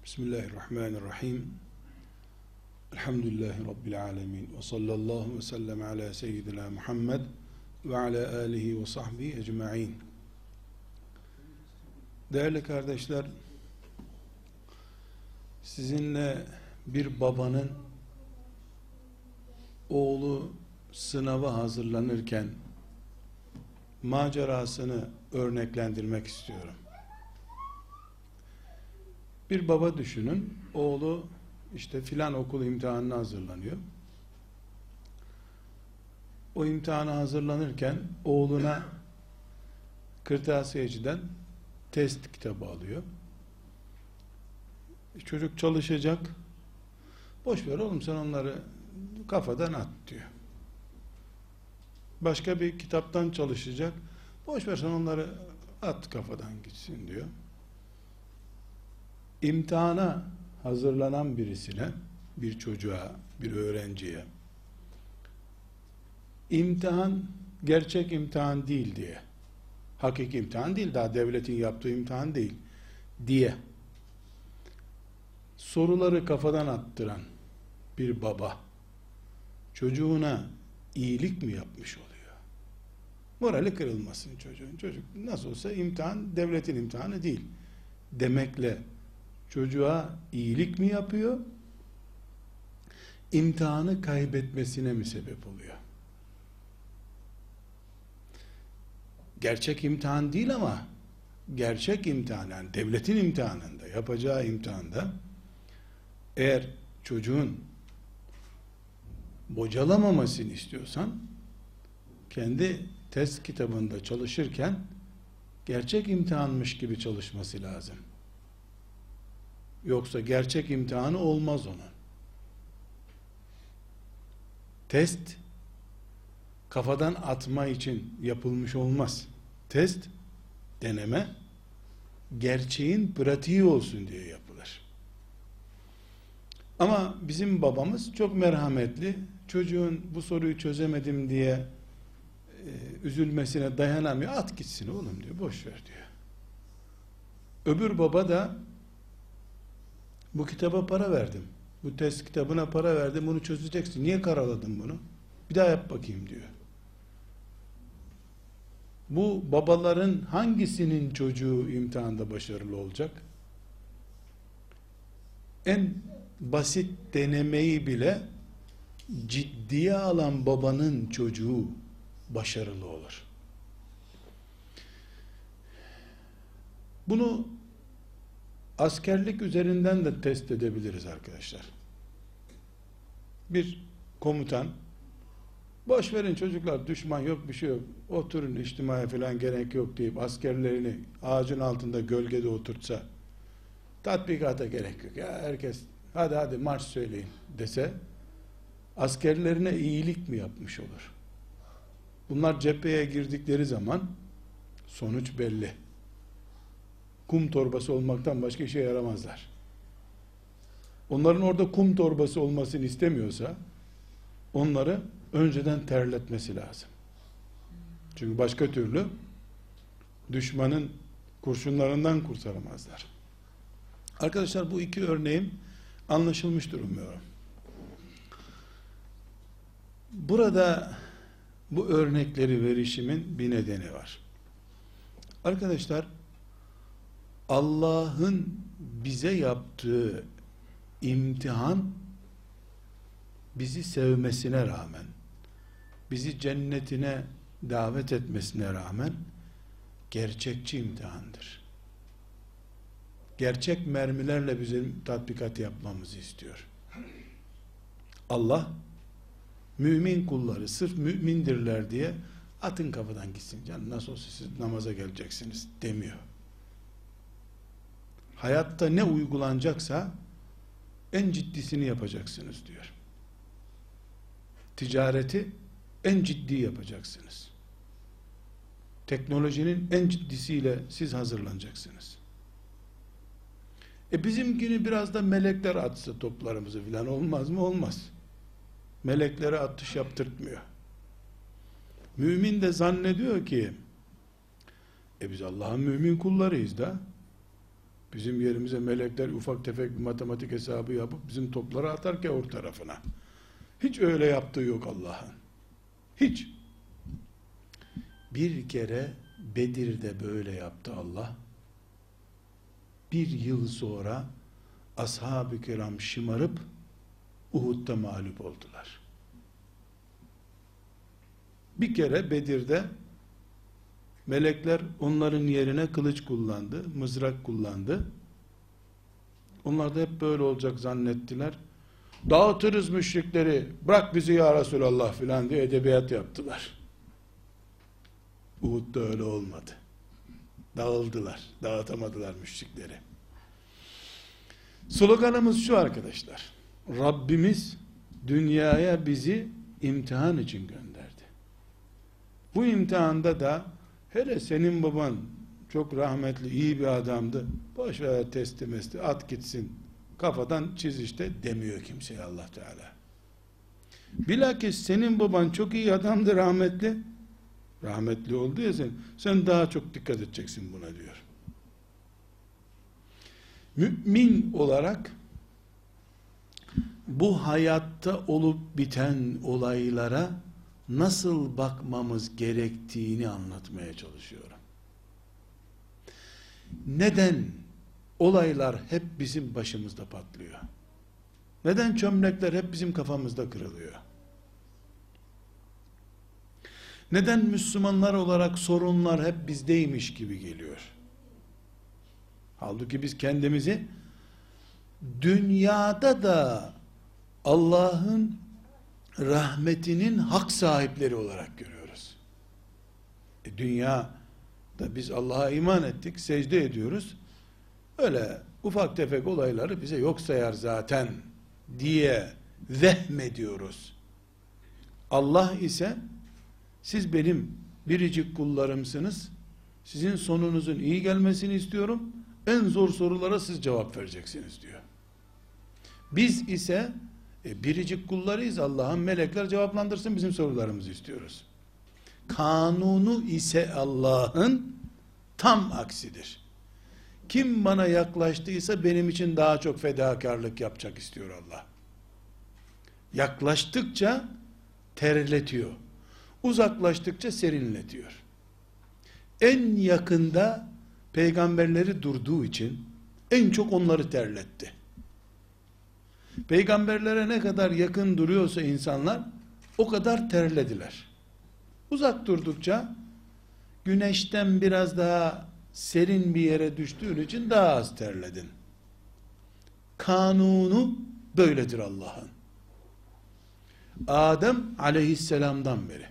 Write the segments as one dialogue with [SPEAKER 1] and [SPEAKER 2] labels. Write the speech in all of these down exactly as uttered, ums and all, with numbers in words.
[SPEAKER 1] Bismillahirrahmanirrahim. Elhamdülillahi Rabbil alemin. Ve sallallahu ve sellem ala seyyidina Muhammed ve ala alihi ve sahbihi ecma'in. Değerli kardeşler, sizinle bir babanın oğlu sınava hazırlanırken macerasını örneklendirmek istiyorum. Bir baba düşünün, oğlu işte filan okul imtihanına hazırlanıyor. O imtihana hazırlanırken oğluna kırtasiyeciden test kitabı alıyor. Çocuk çalışacak. Boş ver oğlum, sen onları kafadan at diyor. Başka bir kitaptan çalışacak. Boş ver, sen onları at kafadan gitsin diyor. İmtihana hazırlanan birisine, bir çocuğa, bir öğrenciye, imtihan gerçek imtihan değil diye, hakiki imtihan değil, daha devletin yaptığı imtihan değil diye soruları kafadan attıran bir baba çocuğuna iyilik mi yapmış oluyor? Morali kırılmasın çocuğun. Çocuk nasıl olsa imtihan devletin imtihanı değil demekle çocuğa iyilik mi yapıyor? İmtihanı kaybetmesine mi sebep oluyor? Gerçek imtihan değil ama gerçek imtihan, yani devletin imtihanında, yapacağı imtihanda eğer çocuğun bocalamamasını istiyorsan kendi test kitabında çalışırken gerçek imtihanmış gibi çalışması lazım. Yoksa gerçek imtihanı olmaz onun. Test kafadan atma için yapılmış olmaz. Test, deneme, gerçeğin pratiği olsun diye yapılır. Ama bizim babamız çok merhametli. Çocuğun bu soruyu çözemedim diye e, üzülmesine dayanamıyor. At gitsin oğlum diyor. Boş ver diyor. Öbür baba da bu kitaba para verdim. Bu test kitabına para verdim. Bunu çözeceksin. Niye karaladın bunu? Bir daha yap bakayım diyor. Bu babaların hangisinin çocuğu imtihanda başarılı olacak? En basit denemeyi bile ciddiye alan babanın çocuğu başarılı olur. Bunu askerlik üzerinden de test edebiliriz arkadaşlar. Bir komutan, boş verin çocuklar, düşman yok, bir şey yok, oturun, içtimaya falan gerek yok deyip askerlerini ağacın altında gölgede oturtsa, tatbikata gerek yok ya, herkes hadi hadi marş söyleyin dese, askerlerine iyilik mi yapmış olur? Bunlar cepheye girdikleri zaman sonuç belli. Kum torbası olmaktan başka işe yaramazlar. Onların orada kum torbası olmasını istemiyorsa onları önceden terletmesi lazım. Çünkü başka türlü düşmanın kurşunlarından kurtaramazlar. Arkadaşlar, bu iki örneğim anlaşılmıştır umuyorum. Burada bu örnekleri verişimin bir nedeni var. Arkadaşlar, Allah'ın bize yaptığı imtihan, bizi sevmesine rağmen, bizi cennetine davet etmesine rağmen gerçekçi imtihandır. Gerçek mermilerle bizim tatbikat yapmamızı istiyor. Allah mümin kulları sırf mümindirler diye atın kafadan gitsin canım, nasıl olsa siz namaza geleceksiniz demiyor. Hayatta ne uygulanacaksa en ciddisini yapacaksınız diyor. Ticareti en ciddi yapacaksınız. Teknolojinin en ciddisiyle siz hazırlanacaksınız. E bizimkini biraz da melekler atsa toplarımızı filan olmaz mı? Olmaz. Meleklere atış yaptırtmıyor. Mümin de zannediyor ki e biz Allah'ın mümin kullarıyız da Bizim yerimize melekler ufak tefek bir matematik hesabı yapıp bizim topları atar ki or tarafına. Hiç öyle yaptığı yok Allah'ın. Hiç. Bir kere Bedir'de böyle yaptı Allah. Bir yıl sonra ashab-ı kiram şımarıp Uhud'da mağlup oldular. Bir kere Bedir'de melekler onların yerine kılıç kullandı, mızrak kullandı. Onlar da hep böyle olacak zannettiler. Dağıtırız müşrikleri, bırak bizi ya Resulallah filan diye edebiyat yaptılar. Uhud'da öyle olmadı. Dağıldılar, dağıtamadılar müşrikleri. Sloganımız şu arkadaşlar: Rabbimiz dünyaya bizi imtihan için gönderdi. Bu imtihanda da hele senin baban çok rahmetli, iyi bir adamdı, boş ver testi mesti, at gitsin, kafadan çiz işte demiyor kimseye Allah Teala. Bilakis senin baban çok iyi adamdı, rahmetli, rahmetli oldu ya sen, sen daha çok dikkat edeceksin buna diyor. Mümin olarak bu hayatta olup biten olaylara nasıl bakmamız gerektiğini anlatmaya çalışıyorum. Neden olaylar hep bizim başımızda patlıyor? Neden çömlekler hep bizim kafamızda kırılıyor? Neden Müslümanlar olarak sorunlar hep bizdeymiş gibi geliyor? Halbuki biz kendimizi dünyada da Allah'ın rahmetinin hak sahipleri olarak görüyoruz. E dünyada biz Allah'a iman ettik, secde ediyoruz. Öyle ufak tefek olayları bize yok sayar zaten diye vehmediyoruz. Allah ise siz benim biricik kullarımsınız. Sizin sonunuzun iyi gelmesini istiyorum. En zor sorulara siz cevap vereceksiniz diyor. Biz ise e, biricik kullarıyız. Allah'ın melekler cevaplandırsın bizim sorularımızı istiyoruz. Kanunu ise Allah'ın tam aksidir. Kim bana yaklaştıysa benim için daha çok fedakarlık yapacak istiyor Allah. Yaklaştıkça terletiyor. Uzaklaştıkça serinletiyor. En yakında peygamberleri durduğu için en çok onları terletti. Peygamberlere ne kadar yakın duruyorsa insanlar o kadar terlediler. Uzak durdukça güneşten biraz daha serin bir yere düştüğün için daha az terledin. Kanunu böyledir Allah'ın. Adem aleyhisselamdan beri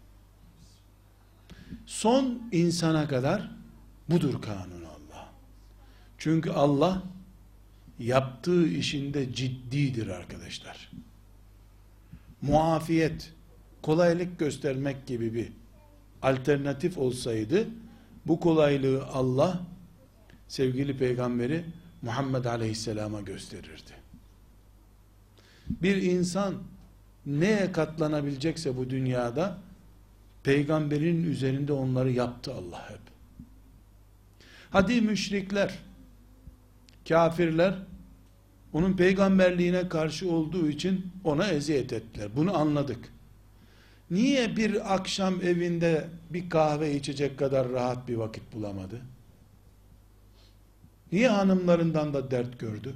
[SPEAKER 1] son insana kadar budur kanunu Allah. Çünkü Allah yaptığı işinde ciddidir arkadaşlar. Muafiyet, kolaylık göstermek gibi bir alternatif olsaydı bu kolaylığı Allah sevgili peygamberi Muhammed Aleyhisselam'a gösterirdi. Bir insan neye katlanabilecekse bu dünyada peygamberin üzerinde onları yaptı Allah hep. Hadi müşrikler, kafirler onun peygamberliğine karşı olduğu için ona eziyet ettiler. Bunu anladık. Niye bir akşam evinde bir kahve içecek kadar rahat bir vakit bulamadı? Niye hanımlarından da dert gördü?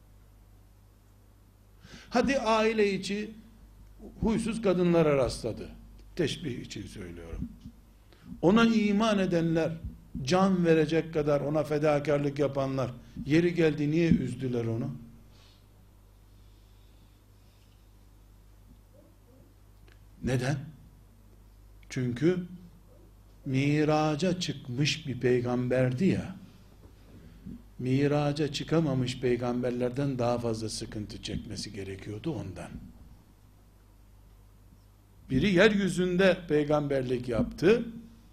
[SPEAKER 1] Hadi aile içi huysuz kadınlara rastladı. Teşbih için söylüyorum. Ona iman edenler, can verecek kadar ona fedakarlık yapanlar, yeri geldi niye üzdüler onu? Neden? Çünkü miraca çıkmış bir peygamberdi ya, miraca çıkamamış peygamberlerden daha fazla sıkıntı çekmesi gerekiyordu ondan. Biri yeryüzünde peygamberlik yaptı,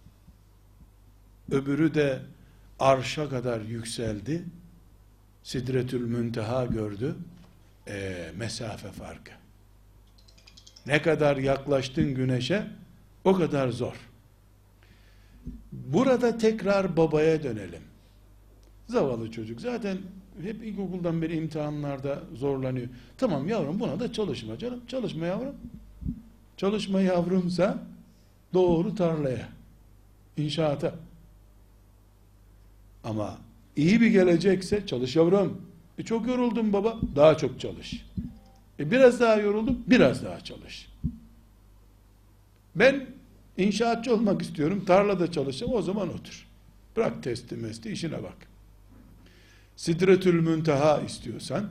[SPEAKER 1] öbürü de arşa kadar yükseldi, Sidretül Münteha gördü, e, mesafe farkı. Ne kadar yaklaştın güneşe, o kadar zor. Burada tekrar babaya dönelim. Zavallı çocuk. Zaten hep ilkokuldan beri imtihanlarda zorlanıyor. Tamam yavrum, buna da çalışma canım. Çalışma yavrum. Çalışma yavrumsa doğru tarlaya, inşaata. Ama iyi bir gelecekse çalış yavrum. E çok yoruldum baba. Daha çok çalış. E biraz daha yoruldum. Biraz daha çalış. Ben inşaatçı olmak istiyorum. Tarlada çalışacağım. O zaman otur. Bırak testi mesti, işine bak. Sidretül Münteha istiyorsan,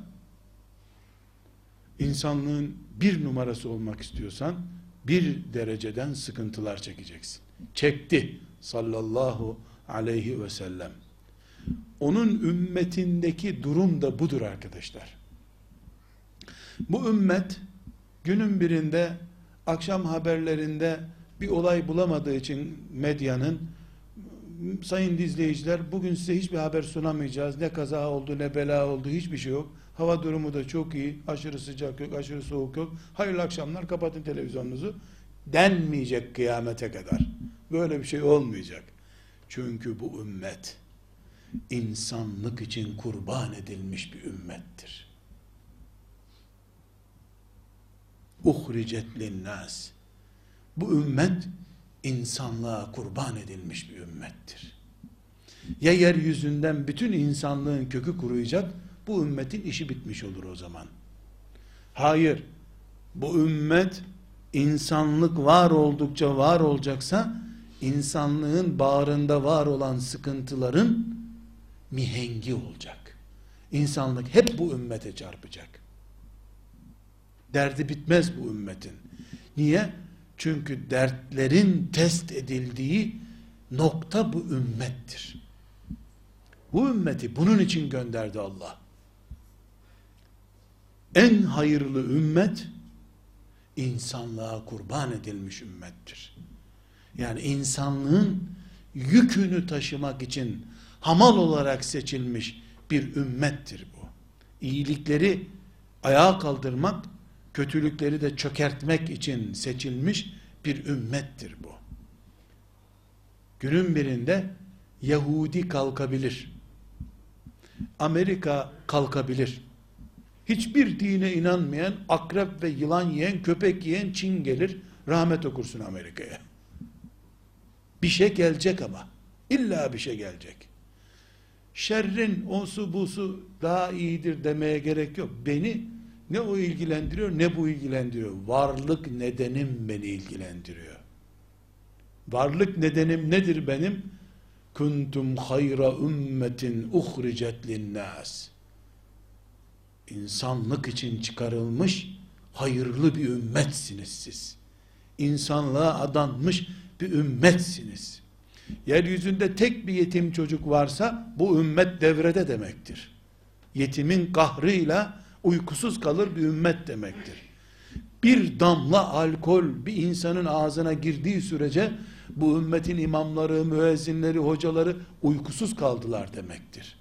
[SPEAKER 1] insanlığın bir numarası olmak istiyorsan, bir dereceden sıkıntılar çekeceksin. Çekti sallallahu aleyhi ve sellem. Onun ümmetindeki durum da budur arkadaşlar. Bu ümmet günün birinde akşam haberlerinde bir olay bulamadığı için medyanın, sayın izleyiciler bugün size hiçbir haber sunamayacağız, ne kaza oldu ne bela oldu, hiçbir şey yok, hava durumu da çok iyi, aşırı sıcak yok, aşırı soğuk yok, hayırlı akşamlar, kapatın televizyonunuzu denmeyecek kıyamete kadar. Böyle bir şey olmayacak. Çünkü bu ümmet insanlık için kurban edilmiş bir ümmettir. Uhricet linnâs. Bu ümmet insanlığa kurban edilmiş bir ümmettir. Ya yeryüzünden bütün insanlığın kökü kuruyacak, bu ümmetin işi bitmiş olur o zaman. Hayır, bu ümmet insanlık var oldukça var olacaksa, insanlığın bağrında var olan sıkıntıların mihengi olacak. İnsanlık hep bu ümmete çarpacak. Derdi bitmez bu ümmetin. Niye? Çünkü dertlerin test edildiği nokta bu ümmettir. Bu ümmeti bunun için gönderdi Allah. En hayırlı ümmet, insanlığa kurban edilmiş ümmettir. Yani insanlığın yükünü taşımak için hamal olarak seçilmiş bir ümmettir bu. İyilikleri ayağa kaldırmak, kötülükleri de çökertmek için seçilmiş bir ümmettir bu. Günün birinde Yahudi kalkabilir. Amerika kalkabilir. Hiçbir dine inanmayan, akrep ve yılan yiyen, köpek yiyen Çin gelir, rahmet okursun Amerika'ya. Bir şey gelecek ama. İlla bir şey gelecek. Şerrin osu busu daha iyidir demeye gerek yok. Beni ne o ilgilendiriyor ne bu ilgilendiriyor. Varlık nedenim beni ilgilendiriyor. Varlık nedenim nedir benim? Kuntum hayra ümmetin uhricet linnâs. İnsanlık için çıkarılmış hayırlı bir ümmetsiniz siz. İnsanlığa adanmış bir ümmetsiniz. Yeryüzünde tek bir yetim çocuk varsa bu ümmet devrede demektir. Yetimin kahrıyla uykusuz kalır bir ümmet demektir. Bir damla alkol bir insanın ağzına girdiği sürece bu ümmetin imamları, müezzinleri, hocaları uykusuz kaldılar demektir.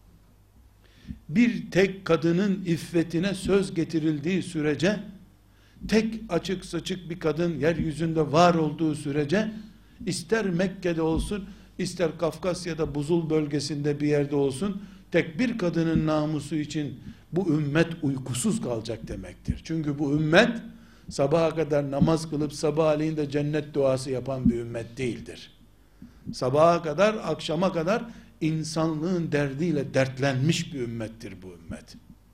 [SPEAKER 1] Bir tek kadının iffetine söz getirildiği sürece, tek açık saçık bir kadın yeryüzünde var olduğu sürece, ister Mekke'de olsun, ister Kafkasya'da buzul bölgesinde bir yerde olsun, tek bir kadının namusu için bu ümmet uykusuz kalacak demektir. Çünkü bu ümmet sabaha kadar namaz kılıp sabahleyin de cennet duası yapan bir ümmet değildir. Sabaha kadar, akşama kadar insanlığın derdiyle dertlenmiş bir ümmettir bu ümmet.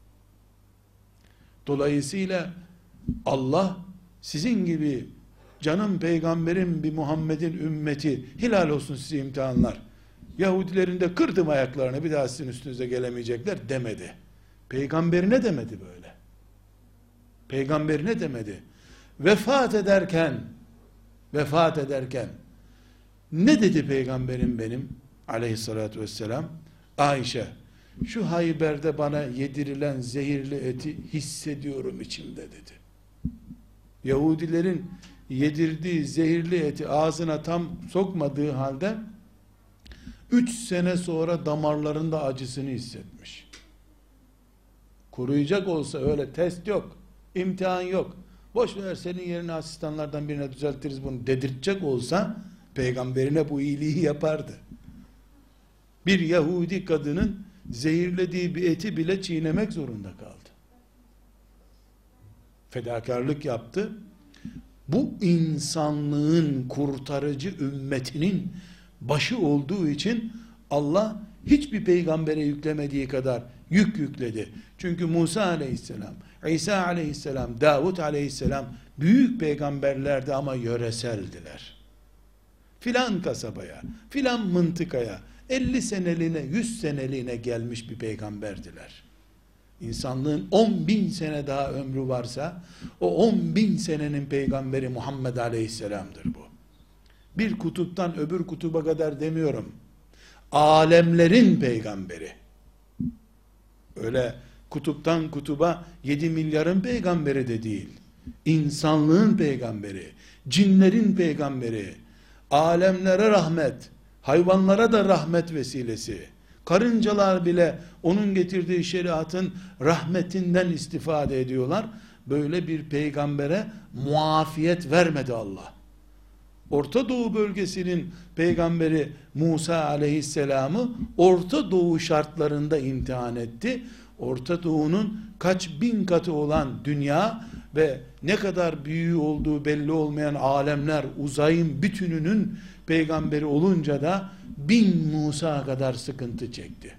[SPEAKER 1] Dolayısıyla Allah sizin gibi canım peygamberin bir Muhammed'in ümmeti, hilal olsun size imtihanlar, Yahudilerin de kırdım ayaklarını, bir daha sizin üstünüze gelemeyecekler demedi. Peygamberine demedi böyle. Peygamberine demedi. Vefat ederken vefat ederken ne dedi peygamberim benim aleyhissalatü vesselam? Ayşe, şu Hayber'de bana yedirilen zehirli eti hissediyorum içimde dedi. Yahudilerin yedirdiği zehirli eti ağzına tam sokmadığı halde üç sene sonra damarlarında acısını hissetmiş. Kuruyacak olsa, öyle test yok, imtihan yok, boş ver senin yerine asistanlardan birine düzeltiriz bunu dedirtecek olsa peygamberine bu iyiliği yapardı. Bir Yahudi kadının zehirlediği bir eti bile çiğnemek zorunda kaldı. Fedakarlık yaptı. Bu insanlığın kurtarıcı ümmetinin başı olduğu için Allah hiçbir peygambere yüklemediği kadar yük yükledi. Çünkü Musa aleyhisselam, İsa aleyhisselam, Davut aleyhisselam büyük peygamberlerdi ama yöreseldiler. Filan kasabaya, filan mıntıkaya elli seneliğine, yüz seneliğine gelmiş bir peygamberdiler. İnsanlığın on bin sene daha ömrü varsa o on bin senenin peygamberi Muhammed aleyhisselamdır bu. Bir kutuptan öbür kutuba kadar demiyorum. Alemlerin peygamberi. Öyle kutuptan kutuba yedi milyarın peygamberi de değil. İnsanlığın peygamberi, cinlerin peygamberi, alemlere rahmet, hayvanlara da rahmet vesilesi. Karıncalar bile onun getirdiği şeriatın rahmetinden istifade ediyorlar. Böyle bir peygambere muafiyet vermedi Allah. Orta Doğu bölgesinin peygamberi Musa aleyhisselamı Orta Doğu şartlarında imtihan etti. Orta Doğu'nun kaç bin katı olan dünya ve ne kadar büyüğü olduğu belli olmayan alemler, uzayın bütününün peygamberi olunca da bin Musa kadar sıkıntı çekti.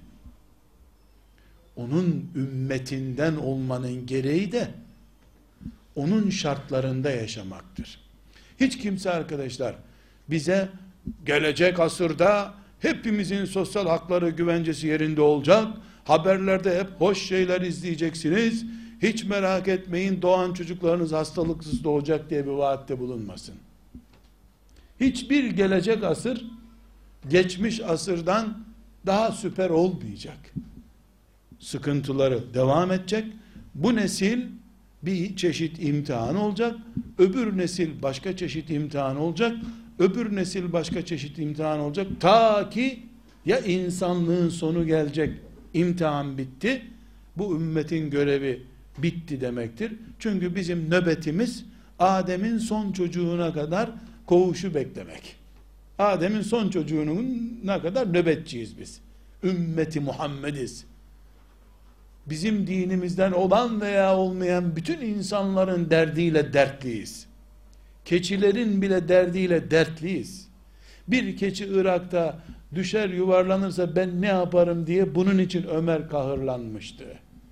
[SPEAKER 1] Onun ümmetinden olmanın gereği de onun şartlarında yaşamaktır. Hiç kimse arkadaşlar bize gelecek asırda hepimizin sosyal hakları güvencesi yerinde olacak, haberlerde hep hoş şeyler izleyeceksiniz, hiç merak etmeyin doğan çocuklarınız hastalıksız doğacak diye bir vaatte bulunmasın. Hiçbir gelecek asır geçmiş asırdan daha süper olmayacak. Sıkıntıları devam edecek. Bu nesil bir çeşit imtihan olacak. Öbür nesil başka çeşit imtihan olacak. Öbür nesil başka çeşit imtihan olacak. Ta ki ya insanlığın sonu gelecek, imtihan bitti, bu ümmetin görevi bitti demektir. Çünkü bizim nöbetimiz Adem'in son çocuğuna kadar koğuşu beklemek. Adem'in son çocuğunun ne kadar nöbetçiyiz biz. Ümmeti Muhammediz. Bizim dinimizden olan veya olmayan bütün insanların derdiyle dertliyiz. Keçilerin bile derdiyle dertliyiz. Bir keçi Irak'ta düşer yuvarlanırsa ben ne yaparım diye bunun için Ömer kahırlanmıştı.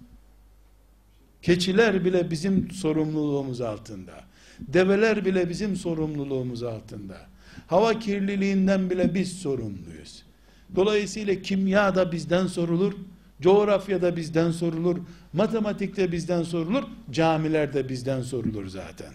[SPEAKER 1] Keçiler bile bizim sorumluluğumuz altında. Develer bile bizim sorumluluğumuz altında. Hava kirliliğinden bile biz sorumluyuz. Dolayısıyla kimya da bizden sorulur, coğrafya da bizden sorulur, matematik de bizden sorulur, camiler de bizden sorulur zaten.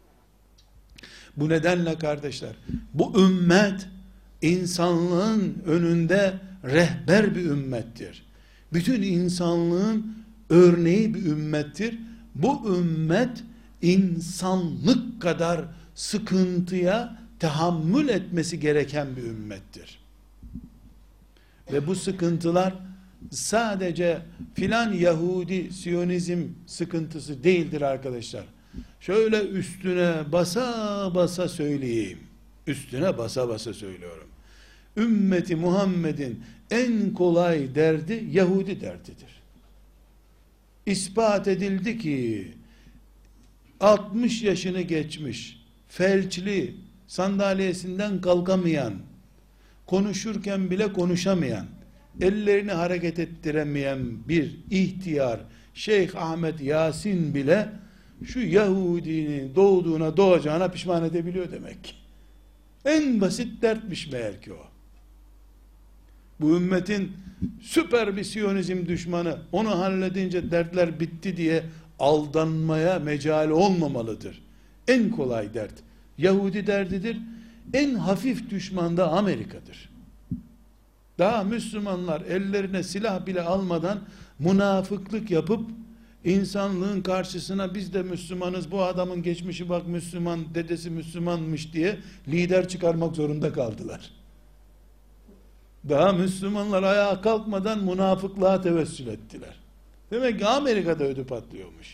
[SPEAKER 1] Bu nedenle kardeşler, bu ümmet insanlığın önünde rehber bir ümmettir. Bütün insanlığın örneği bir ümmettir. Bu ümmet insanlık kadar sıkıntıya tahammül etmesi gereken bir ümmettir. Ve bu sıkıntılar sadece filan Yahudi Siyonizm sıkıntısı değildir arkadaşlar. Şöyle üstüne basa basa söyleyeyim. Üstüne basa basa söylüyorum. Ümmeti Muhammed'in en kolay derdi Yahudi derdidir. İspat edildi ki altmış yaşını geçmiş, felçli, sandalyesinden kalkamayan, konuşurken bile konuşamayan, ellerini hareket ettiremeyen bir ihtiyar Şeyh Ahmet Yasin bile şu Yahudinin doğduğuna doğacağına pişman edebiliyor demek. En basit dertmiş meğer ki o. Bu ümmetin süper bir Siyonizm düşmanı onu halledince dertler bitti diye aldanmaya mecali olmamalıdır. En kolay dert Yahudi derdidir. En hafif düşman da Amerika'dır. Daha Müslümanlar ellerine silah bile almadan münafıklık yapıp insanlığın karşısına biz de Müslümanız, bu adamın geçmişi bak Müslüman, dedesi Müslümanmış diye lider çıkarmak zorunda kaldılar. Daha Müslümanlar ayağa kalkmadan münafıklığa tevessül ettiler. Demek ki Amerika'da ödü patlıyormuş.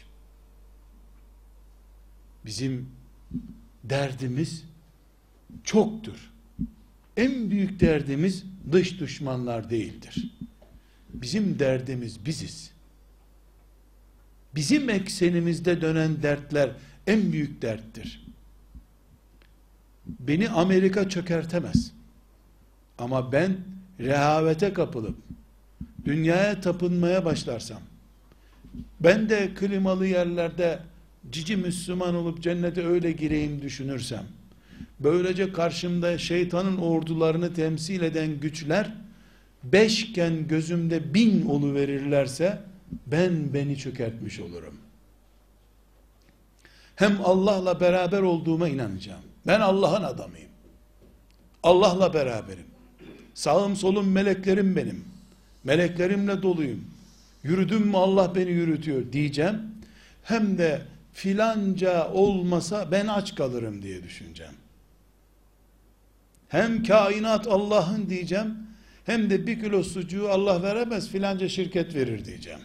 [SPEAKER 1] Bizim derdimiz çoktur. En büyük derdimiz dış düşmanlar değildir. Bizim derdimiz biziz. Bizim eksenimizde dönen dertler en büyük derttir. Beni Amerika çökertemez. Ama ben rehavete kapılıp dünyaya tapınmaya başlarsam, ben de klimalı yerlerde cici Müslüman olup cennete öyle gireyim düşünürsem, böylece karşımda şeytanın ordularını temsil eden güçler beşken gözümde bin oluverirlerse ben beni çökertmiş olurum. Hem Allah'la beraber olduğuma inanacağım. Ben Allah'ın adamıyım. Allah'la beraberim. Sağım solum meleklerim benim. Meleklerimle doluyum. Yürüdüm mü Allah beni yürütüyor diyeceğim. Hem de filanca olmasa ben aç kalırım diye düşüneceğim. Hem kainat Allah'ın diyeceğim, hem de bir kilo sucuğu Allah veremez, filanca şirket verir diyeceğim.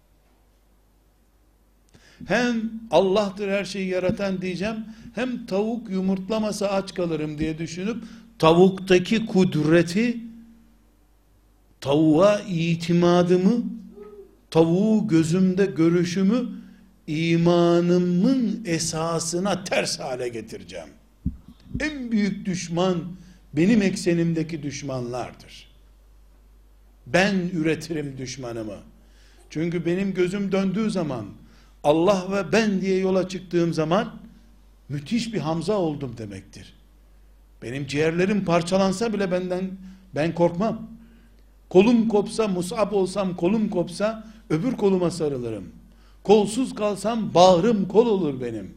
[SPEAKER 1] Hem Allah'tır her şeyi yaratan diyeceğim, hem tavuk yumurtlamasa aç kalırım diye düşünüp tavuktaki kudreti, tavuğa itimadımı, tavuğu gözümde görüşümü imanımın esasına ters hale getireceğim. En büyük düşman benim eksenimdeki düşmanlardır. Ben üretirim düşmanımı. Çünkü benim gözüm döndüğü zaman, Allah ve ben diye yola çıktığım zaman müthiş bir Hamza oldum demektir. Benim ciğerlerim parçalansa bile benden ben korkmam. Kolum kopsa, Mus'ab olsam, kolum kopsa öbür koluma sarılırım. Kolsuz kalsam bağrım kol olur benim.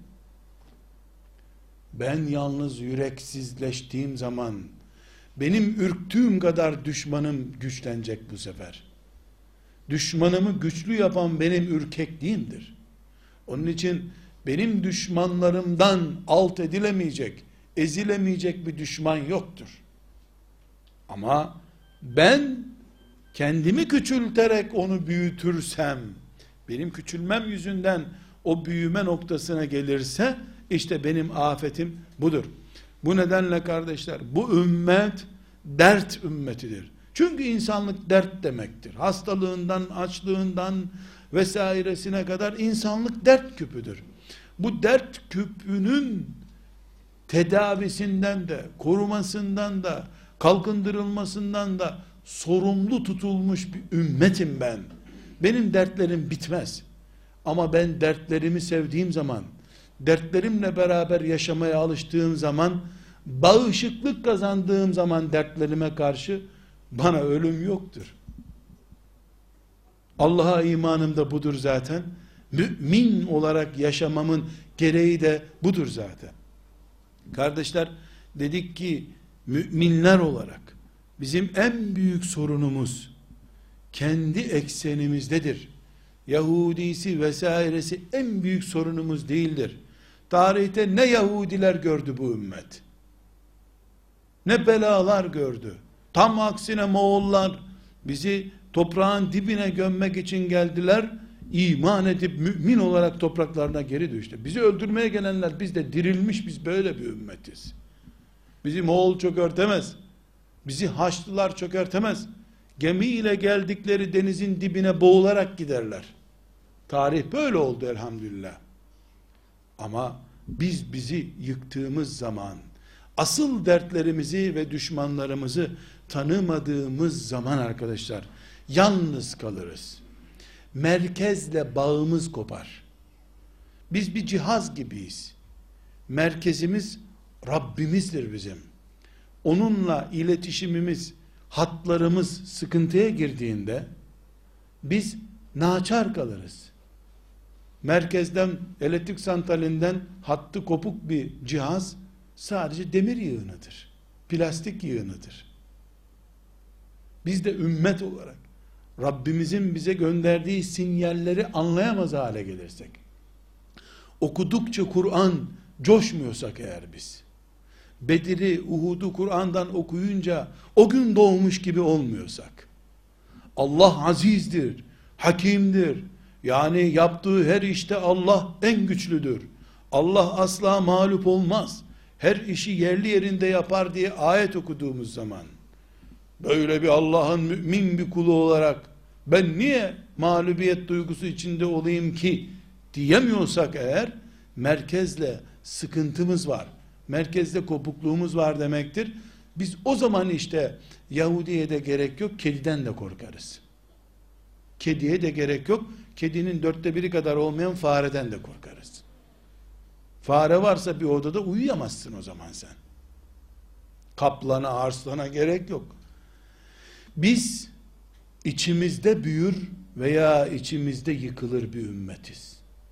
[SPEAKER 1] Ben yalnız yüreksizleştiğim zaman benim ürktüğüm kadar düşmanım güçlenecek bu sefer. Düşmanımı güçlü yapan benim ürkekliğimdir. Onun için benim düşmanlarımdan alt edilemeyecek, ezilemeyecek bir düşman yoktur. Ama ben kendimi küçülterek onu büyütürsem, benim küçülmem yüzünden o büyüme noktasına gelirse, işte benim afetim budur. Bu nedenle kardeşler, bu ümmet dert ümmetidir. Çünkü insanlık dert demektir. Hastalığından, açlığından vesairesine kadar insanlık dert küpüdür. Bu dert küpünün tedavisinden de, korumasından da, kalkındırılmasından da sorumlu tutulmuş bir ümmetim ben. Benim dertlerim bitmez. Ama ben dertlerimi sevdiğim zaman, dertlerimle beraber yaşamaya alıştığım zaman, bağışıklık kazandığım zaman dertlerime karşı bana ölüm yoktur. Allah'a imanım da budur zaten. Mümin olarak yaşamamın gereği de budur zaten. Kardeşler, dedik ki müminler olarak bizim en büyük sorunumuz kendi eksenimizdedir. Yahudisi vesairesi en büyük sorunumuz değildir. Tarihte ne Yahudiler gördü bu ümmet, ne belalar gördü. Tam aksine Moğollar bizi toprağın dibine gömmek için geldiler. İman edip mümin olarak topraklarına geri düştü. Bizi öldürmeye gelenler, biz de dirilmiş, biz böyle bir ümmetiz. Bizi Moğol çökertemez. Bizi Haçlılar çökertemez. Gemiyle geldikleri denizin dibine boğularak giderler. Tarih böyle oldu elhamdülillah. Ama biz bizi yıktığımız zaman, asıl dertlerimizi ve düşmanlarımızı tanımadığımız zaman arkadaşlar, yalnız kalırız. Merkezle bağımız kopar. Biz bir cihaz gibiyiz. Merkezimiz Rabbimizdir bizim. Onunla iletişimimiz, hatlarımız sıkıntıya girdiğinde biz naçar kalırız. Merkezden, elektrik santralinden hattı kopuk bir cihaz sadece demir yığınıdır. Plastik yığınıdır. Biz de ümmet olarak Rabbimizin bize gönderdiği sinyalleri anlayamaz hale gelirsek, okudukça Kur'an coşmuyorsak eğer biz, Bedir'i, Uhud'u Kur'an'dan okuyunca o gün doğmuş gibi olmuyorsak, Allah azizdir, hakimdir, yani yaptığı her işte Allah en güçlüdür, Allah asla mağlup olmaz, her işi yerli yerinde yapar diye ayet okuduğumuz zaman, böyle bir Allah'ın mümin bir kulu olarak ben niye mağlubiyet duygusu içinde olayım ki diyemiyorsak eğer, merkezle sıkıntımız var, merkezde kopukluğumuz var demektir. Biz o zaman işte Yahudi'ye de gerek yok, kediden de korkarız. Kediye de gerek yok, kedinin dörtte biri kadar olmayan fareden de korkarız. Fare varsa bir odada uyuyamazsın o zaman sen. Kaplana, arslana gerek yok. Biz içimizde büyür veya içimizde yıkılır bir ümmetiz.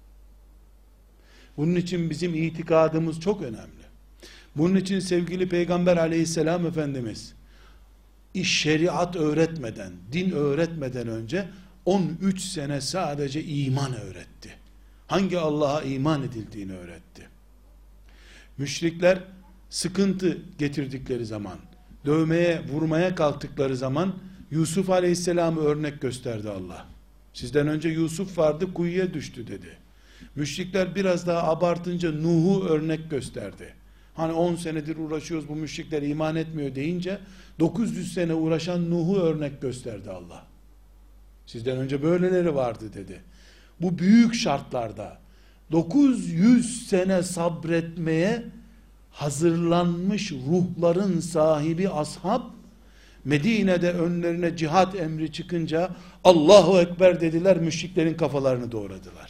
[SPEAKER 1] Bunun için bizim itikadımız çok önemli. Bunun için sevgili Peygamber aleyhisselam Efendimiz şeriat öğretmeden, din öğretmeden önce on üç sene sadece iman öğretti. Hangi Allah'a iman edildiğini öğretti. Müşrikler sıkıntı getirdikleri zaman, dövmeye, vurmaya kalktıkları zaman Yusuf Aleyhisselam'ı örnek gösterdi Allah. Sizden önce Yusuf vardı, kuyuya düştü dedi. Müşrikler biraz daha abartınca Nuh'u örnek gösterdi. Hani on senedir uğraşıyoruz, bu müşrikler iman etmiyor deyince dokuz yüz sene uğraşan Nuh'u örnek gösterdi Allah. Sizden önce böyleleri vardı dedi. Bu büyük şartlarda dokuz yüz sene sabretmeye hazırlanmış ruhların sahibi ashab, Medine'de önlerine cihat emri çıkınca Allahu Ekber dediler, müşriklerin kafalarını doğradılar.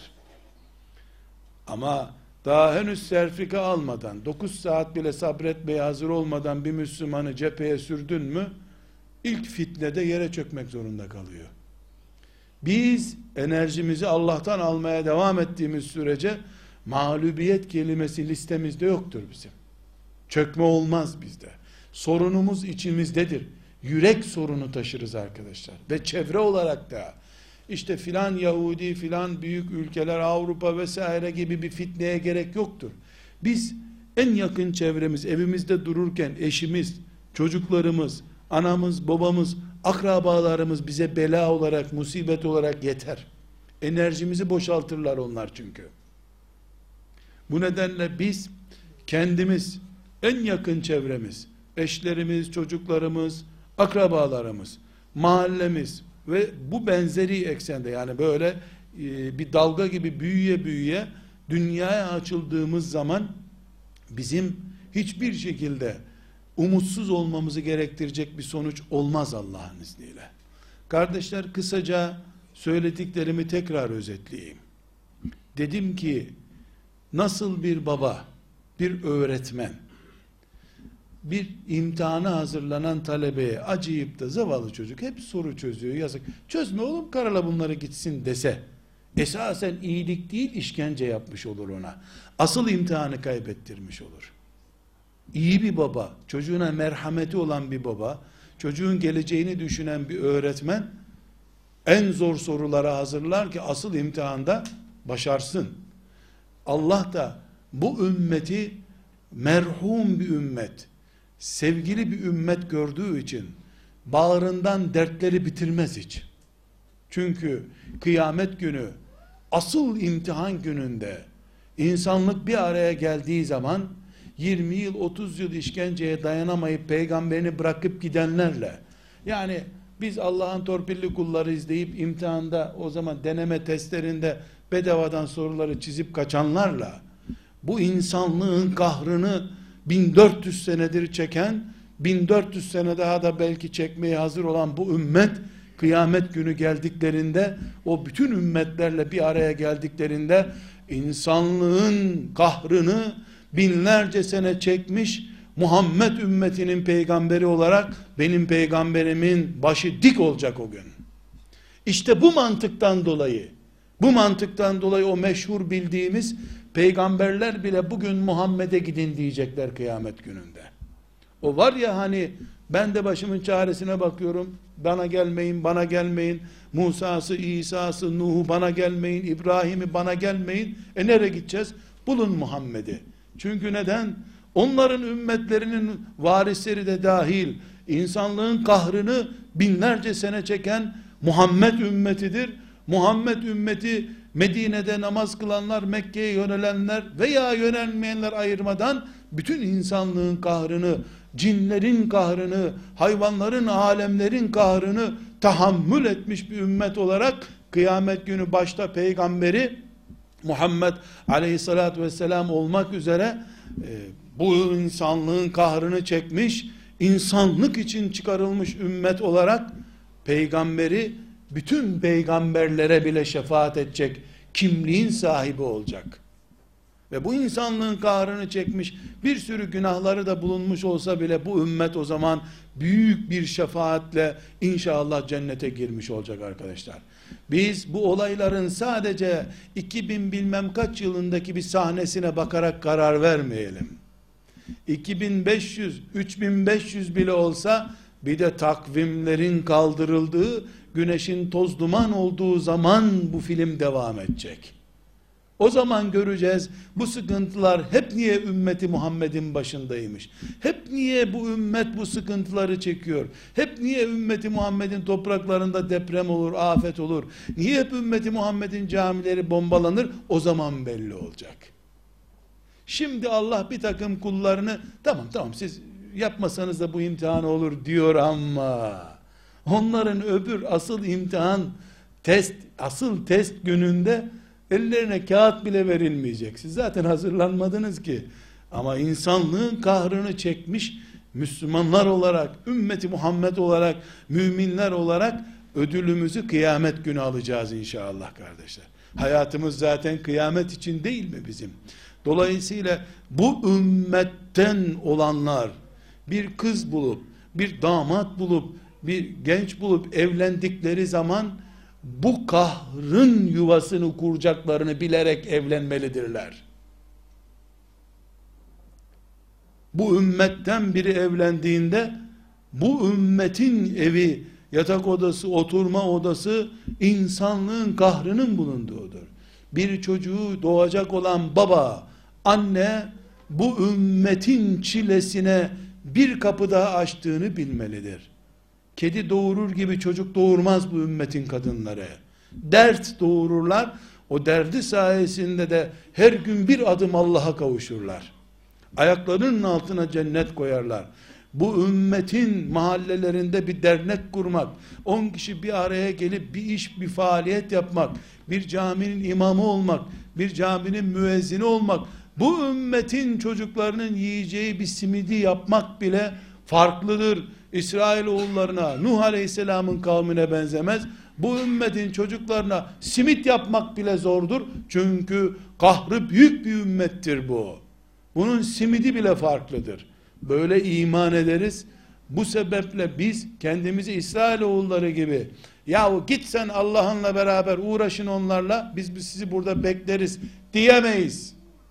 [SPEAKER 1] Ama daha henüz serfika almadan, dokuz saat bile sabretmeye hazır olmadan bir Müslümanı cepheye sürdün mü, ilk fitnede yere çökmek zorunda kalıyor. Biz enerjimizi Allah'tan almaya devam ettiğimiz sürece mağlubiyet kelimesi listemizde yoktur bizim. Çökme olmaz bizde. Sorunumuz içimizdedir. Yürek sorunu taşırız arkadaşlar. Ve çevre olarak da işte filan Yahudi, filan büyük ülkeler, Avrupa vesaire gibi bir fitneye gerek yoktur. Biz en yakın çevremiz, evimizde dururken eşimiz, çocuklarımız, anamız, babamız, akrabalarımız bize bela olarak, musibet olarak yeter. Enerjimizi boşaltırlar onlar çünkü. Bu nedenle biz kendimiz, en yakın çevremiz, eşlerimiz, çocuklarımız, akrabalarımız, mahallemiz ve bu benzeri eksende, yani böyle e, bir dalga gibi büyüye büyüye dünyaya açıldığımız zaman bizim hiçbir şekilde umutsuz olmamızı gerektirecek bir sonuç olmaz Allah'ın izniyle. Kardeşler, kısaca söylediklerimi tekrar özetleyeyim. Dedim ki, nasıl bir baba, bir öğretmen, bir imtihana hazırlanan talebeye acıyıp da zavallı çocuk hep soru çözüyor, yazık, çözme oğlum, karala bunları gitsin dese, esasen iyilik değil işkence yapmış olur ona. Asıl imtihanı kaybettirmiş olur. İyi bir baba, çocuğuna merhameti olan bir baba, çocuğun geleceğini düşünen bir öğretmen en zor sorulara hazırlar ki asıl imtihanda başarsın. Allah da bu ümmeti merhum bir ümmet, sevgili bir ümmet gördüğü için bağrından dertleri bitirmez hiç. Çünkü kıyamet günü, asıl imtihan gününde insanlık bir araya geldiği zaman yirmi yıl otuz yıl işkenceye dayanamayıp peygamberini bırakıp gidenlerle, yani biz Allah'ın torpilli kullarıyız deyip imtihanda, o zaman deneme testlerinde bedavadan soruları çizip kaçanlarla, bu insanlığın kahrını bin dört yüz senedir çeken, bin dört yüz sene daha da belki çekmeye hazır olan bu ümmet, kıyamet günü geldiklerinde, o bütün ümmetlerle bir araya geldiklerinde insanlığın kahrını binlerce sene çekmiş Muhammed ümmetinin peygamberi olarak benim peygamberimin başı dik olacak o gün. İşte bu mantıktan dolayı, bu mantıktan dolayı o meşhur bildiğimiz peygamberler bile bugün Muhammed'e gidin diyecekler kıyamet gününde. O var ya hani, ben de başımın çaresine bakıyorum, bana gelmeyin, bana gelmeyin, Musa'sı, İsa'sı, Nuh'u bana gelmeyin, İbrahim'i bana gelmeyin. E nereye gideceğiz? Bulun Muhammed'i. Çünkü neden? Onların ümmetlerinin varisleri de dahil, insanlığın kahrını binlerce sene çeken Muhammed ümmetidir. Muhammed ümmeti Medine'de namaz kılanlar, Mekke'ye yönelenler veya yönelmeyenler ayırmadan bütün insanlığın kahrını, cinlerin kahrını, hayvanların, alemlerin kahrını tahammül etmiş bir ümmet olarak kıyamet günü başta peygamberi Muhammed aleyhissalatü vesselam olmak üzere e, bu insanlığın kahrını çekmiş, insanlık için çıkarılmış ümmet olarak peygamberi bütün peygamberlere bile şefaat edecek kimliğin sahibi olacak. Ve bu insanlığın kahrını çekmiş, bir sürü günahları da bulunmuş olsa bile bu ümmet o zaman büyük bir şefaatle inşallah cennete girmiş olacak arkadaşlar. Biz bu olayların sadece iki bin bilmem kaç yılındaki bir sahnesine bakarak karar vermeyelim. iki bin beş yüz, üç bin beş yüz bile olsa bir de takvimlerin kaldırıldığı, güneşin toz duman olduğu zaman bu film devam edecek. O zaman göreceğiz bu sıkıntılar hep niye ümmeti Muhammed'in başındaymış. Hep niye bu ümmet bu sıkıntıları çekiyor. Hep niye ümmeti Muhammed'in topraklarında deprem olur, afet olur. Niye hep ümmeti Muhammed'in camileri bombalanır, o zaman belli olacak. Şimdi Allah bir takım kullarını tamam tamam siz yapmasanız da bu imtihan olur diyor ama onların öbür asıl imtihan test, asıl test gününde ellerine kağıt bile verilmeyecek. Siz zaten hazırlanmadınız ki. Ama insanlığın kahrını çekmiş Müslümanlar olarak, ümmeti Muhammed olarak, müminler olarak ödülümüzü kıyamet günü alacağız inşallah kardeşler. Hayatımız zaten kıyamet için değil mi bizim? Dolayısıyla bu ümmetten olanlar bir kız bulup, bir damat bulup, bir genç bulup evlendikleri zaman bu kahrın yuvasını kuracaklarını bilerek evlenmelidirler. Bu ümmetten biri evlendiğinde bu ümmetin evi, yatak odası, oturma odası insanlığın kahrının bulunduğudur. Bir çocuğu doğacak olan baba, anne bu ümmetin çilesine bir kapı daha açtığını bilmelidir. Kedi doğurur gibi çocuk doğurmaz bu ümmetin kadınları. Dert doğururlar. O derdi sayesinde de her gün bir adım Allah'a kavuşurlar. Ayaklarının altına cennet koyarlar. Bu ümmetin mahallelerinde bir dernek kurmak, on kişi bir araya gelip bir iş, bir faaliyet yapmak, bir caminin imamı olmak, bir caminin müezzini olmak, bu ümmetin çocuklarının yiyeceği bir simidi yapmak bile farklıdır. İsrailoğullarına, Nuh Aleyhisselam'ın kavmine benzemez. Bu ümmetin çocuklarına simit yapmak bile zordur. Çünkü kahrı büyük bir ümmettir bu. Bunun simidi bile farklıdır. Böyle iman ederiz. Bu sebeple biz kendimizi İsrailoğulları gibi, yahu git sen Allah'ınla beraber uğraşın onlarla, biz, biz sizi burada bekleriz diyemeyiz.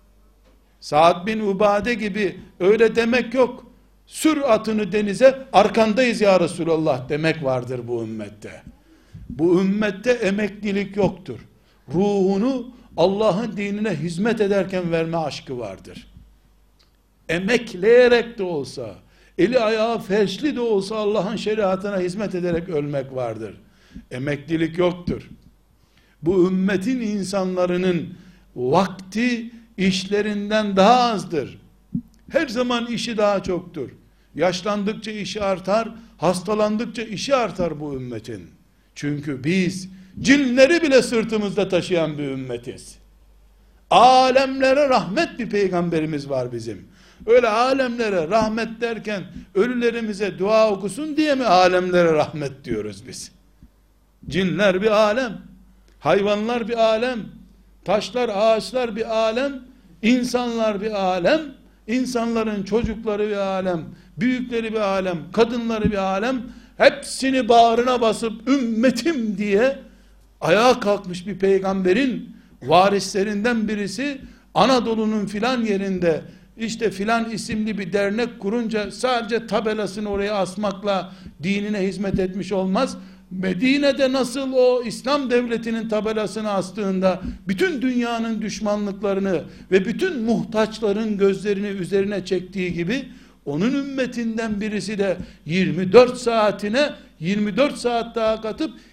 [SPEAKER 1] Sa'd bin Ubade gibi öyle demek yok. Sür atını denize, arkandayız ya Resulallah demek vardır bu ümmette. Bu ümmette emeklilik yoktur. Ruhunu Allah'ın dinine hizmet ederken verme aşkı vardır. Emekleyerek de olsa, eli ayağı felçli de olsa Allah'ın şeriatına hizmet ederek ölmek vardır. Emeklilik yoktur. Bu ümmetin insanların vakti işlerinden daha azdır. Her zaman işi daha çoktur. Yaşlandıkça işi artar, hastalandıkça işi artar bu ümmetin. Çünkü biz cinleri bile sırtımızda taşıyan bir ümmetiz. Alemlere rahmet bir peygamberimiz var bizim. Öyle alemlere rahmet derken ölülerimize dua okusun diye mi alemlere rahmet diyoruz biz? Cinler bir alem, hayvanlar bir alem, taşlar, ağaçlar bir alem, insanlar bir alem, insanların çocukları bir alem, büyükleri bir alem, kadınları bir alem, hepsini bağrına basıp ümmetim diye ayağa kalkmış bir peygamberin varislerinden birisi Anadolu'nun filan yerinde işte filan isimli bir dernek kurunca sadece tabelasını oraya asmakla dinine hizmet etmiş olmaz. Medine'de nasıl o İslam devletinin tabelasını astığında bütün dünyanın düşmanlıklarını ve bütün muhtaçların gözlerini üzerine çektiği gibi onun ümmetinden birisi de yirmi dört saatine yirmi dört saat daha katıp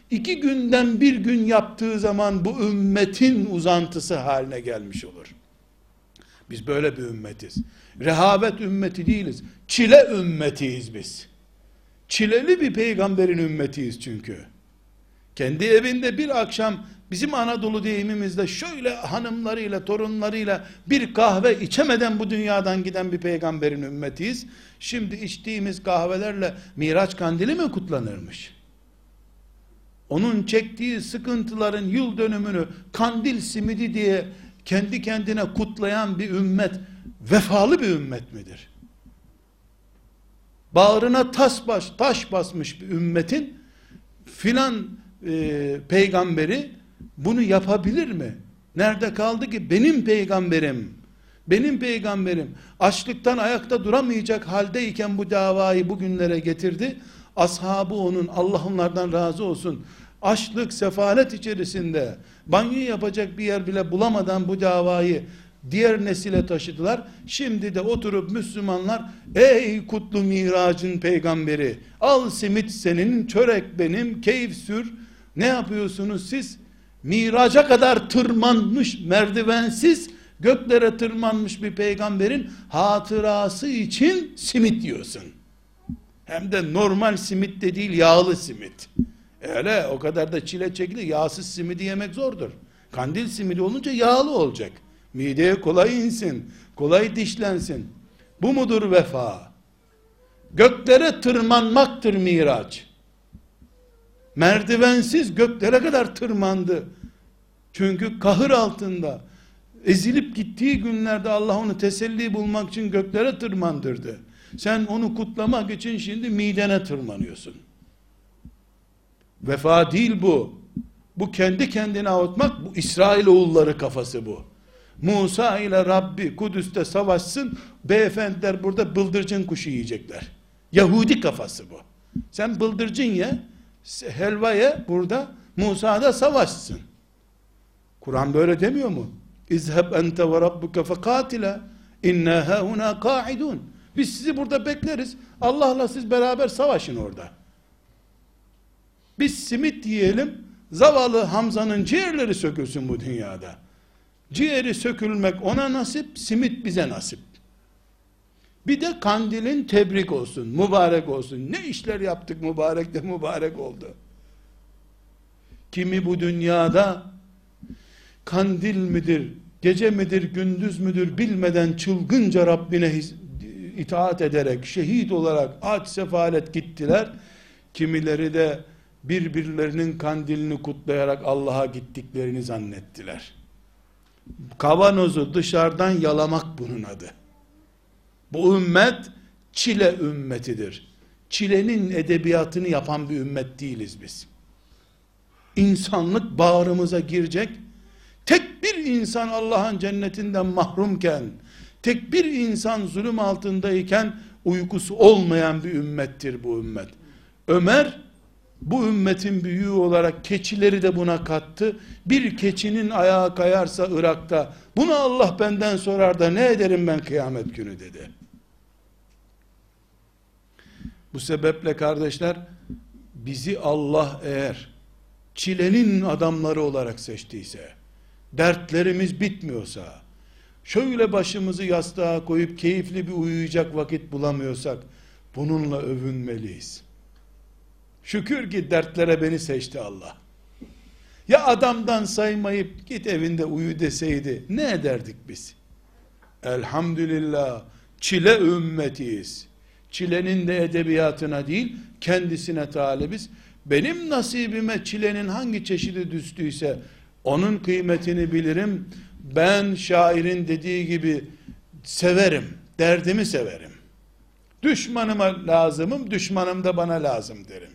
[SPEAKER 1] iki günden bir gün yaptığı zaman bu ümmetin uzantısı haline gelmiş olur. Biz böyle bir ümmetiz. Rehavet ümmeti değiliz. Çile ümmetiyiz biz. Çileli bir peygamberin ümmetiyiz çünkü. Kendi evinde bir akşam bizim Anadolu deyimimizde şöyle hanımlarıyla, torunlarıyla bir kahve içemeden bu dünyadan giden bir peygamberin ümmetiyiz. Şimdi içtiğimiz kahvelerle Miraç kandili mi kutlanırmış? Onun çektiği sıkıntıların yıl dönümünü kandil simidi diye kendi kendine kutlayan bir ümmet vefalı bir ümmet midir? Bağrına taş, baş, taş basmış bir ümmetin filan e, peygamberi bunu yapabilir mi? Nerede kaldı ki benim peygamberim, benim peygamberim açlıktan ayakta duramayacak haldeyken bu davayı bugünlere getirdi. Ashabı onun, Allah onlardan razı olsun, açlık, sefalet içerisinde banyo yapacak bir yer bile bulamadan bu davayı diğer nesile taşıdılar. Şimdi de oturup Müslümanlar, ey kutlu Miracın peygamberi, al simit senin, çörek benim, keyif sür. Ne yapıyorsunuz siz? Miraca kadar tırmanmış, merdivensiz göklere tırmanmış bir peygamberin hatırası için simit yiyorsun. Hem de normal simit de değil, yağlı simit. Öyle o kadar da çile çekilir. Yağsız simidi yemek zordur. Kandil simidi olunca yağlı olacak. Mideye kolay insin, kolay dişlensin. Bu mudur vefa? Göklere tırmanmaktır Miraç. Merdivensiz göklere kadar tırmandı. Çünkü kahır altında ezilip gittiği günlerde Allah onu teselli bulmak için göklere tırmandırdı. Sen onu kutlamak için şimdi midene tırmanıyorsun. Vefa değil bu. Bu kendi kendine avutmak, bu İsrailoğulları kafası bu. Musa ile Rabbi Kudüs'te savaşsın, beyefendiler burada bıldırcın kuşu yiyecekler. Yahudi kafası bu. Sen bıldırcın ye, helva ye burada, Musa da savaşsın. Kur'an böyle demiyor mu? İzheb ente ve rabbuke fekatila inna hauna kaidun. Biz sizi burada bekleriz. Allah'la siz beraber savaşın orada. Biz simit yiyelim, zavallı Hamza'nın ciğerleri sökülsün bu dünyada. Ciğeri sökülmek ona nasip, simit bize nasip. Bir de kandilin tebrik olsun, mübarek olsun. Ne işler yaptık, mübarek de mübarek oldu. Kimi bu dünyada kandil midir, gece midir, gündüz müdür bilmeden çılgınca Rabbine itaat ederek, şehit olarak aç sefalet gittiler. Kimileri de birbirlerinin kandilini kutlayarak Allah'a gittiklerini zannettiler. Kavanozu dışarıdan yalamak bunun adı. Bu ümmet çile ümmetidir. Çilenin edebiyatını yapan bir ümmet değiliz biz. İnsanlık bağrımıza girecek. Tek bir insan Allah'ın cennetinden mahrumken, tek bir insan zulüm altındayken uykusu olmayan bir ümmettir bu ümmet. Ömer bu ümmetin büyüğü olarak keçileri de buna kattı. Bir keçinin ayağı kayarsa Irak'ta, bunu Allah benden sorar da ne ederim ben kıyamet günü dedi. Bu sebeple kardeşler, bizi Allah eğer çilenin adamları olarak seçtiyse, dertlerimiz bitmiyorsa, şöyle başımızı yastığa koyup keyifli bir uyuyacak vakit bulamıyorsak, bununla övünmeliyiz. Şükür ki dertlere beni seçti Allah. Ya adamdan saymayıp git evinde uyu deseydi ne ederdik biz? Elhamdülillah çile ümmetiyiz. Çilenin de edebiyatına değil kendisine talibiz. Benim nasibime çilenin hangi çeşidi düştüyse onun kıymetini bilirim. Ben şairin dediği gibi severim, derdimi severim. Düşmanıma lazımım, düşmanım da bana lazım derim.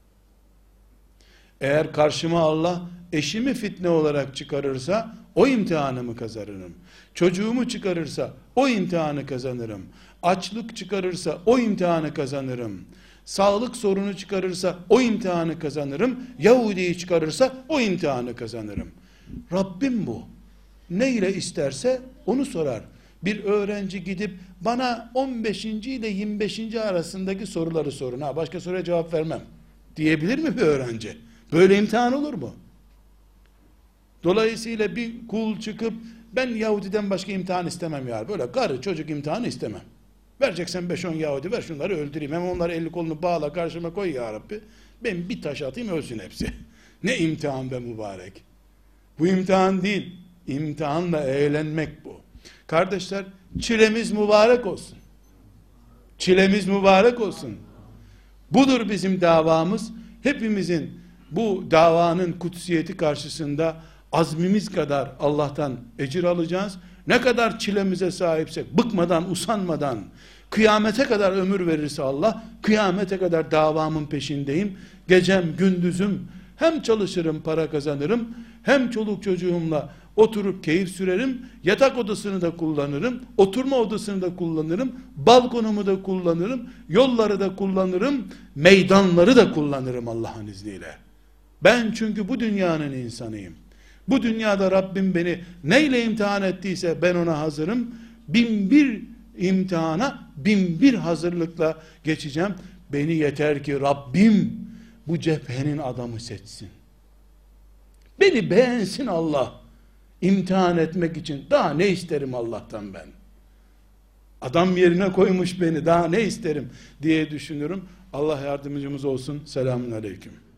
[SPEAKER 1] Eğer karşıma Allah eşimi fitne olarak çıkarırsa o imtihanımı kazanırım. Çocuğumu çıkarırsa o imtihanı kazanırım. Açlık çıkarırsa o imtihanı kazanırım. Sağlık sorunu çıkarırsa o imtihanı kazanırım. Yahudi'yi çıkarırsa o imtihanı kazanırım. Rabbim bu. Ne ile isterse onu sorar. Bir öğrenci gidip bana on beşinci ile yirmi beşinci arasındaki soruları sorun. Ha, başka soruya cevap vermem diyebilir mi bir öğrenci? Böyle imtihan olur mu? Dolayısıyla bir kul çıkıp ben Yahudiden başka imtihan istemem ya. Böyle karı çocuk imtihanı istemem. Vereceksen beş on Yahudi ver, şunları öldüreyim. Hem onları elini kolunu bağla karşıma koy ya Rabbi. Ben bir taş atayım ölsün hepsi. Ne imtihan be mübarek. Bu imtihan değil. İmtihanla eğlenmek bu. Kardeşler, çilemiz mübarek olsun. Çilemiz mübarek olsun. Budur bizim davamız. Hepimizin bu davanın kutsiyeti karşısında azmimiz kadar Allah'tan ecir alacağız. Ne kadar çilemize sahipsek, bıkmadan, usanmadan, kıyamete kadar ömür verirse Allah, kıyamete kadar davamın peşindeyim. Gecem, gündüzüm, hem çalışırım, para kazanırım, hem çoluk çocuğumla oturup keyif sürerim, yatak odasını da kullanırım, oturma odasını da kullanırım, balkonumu da kullanırım, yolları da kullanırım, meydanları da kullanırım Allah'ın izniyle. Ben çünkü bu dünyanın insanıyım. Bu dünyada Rabbim beni neyle imtihan ettiyse ben ona hazırım. Bin bir imtihana bin bir hazırlıkla geçeceğim. Beni yeter ki Rabbim bu cephenin adamı seçsin. Beni beğensin Allah. İmtihan etmek için daha ne isterim Allah'tan ben? Adam yerine koymuş beni, daha ne isterim diye düşünürüm. Allah yardımcımız olsun. Selamun aleyküm.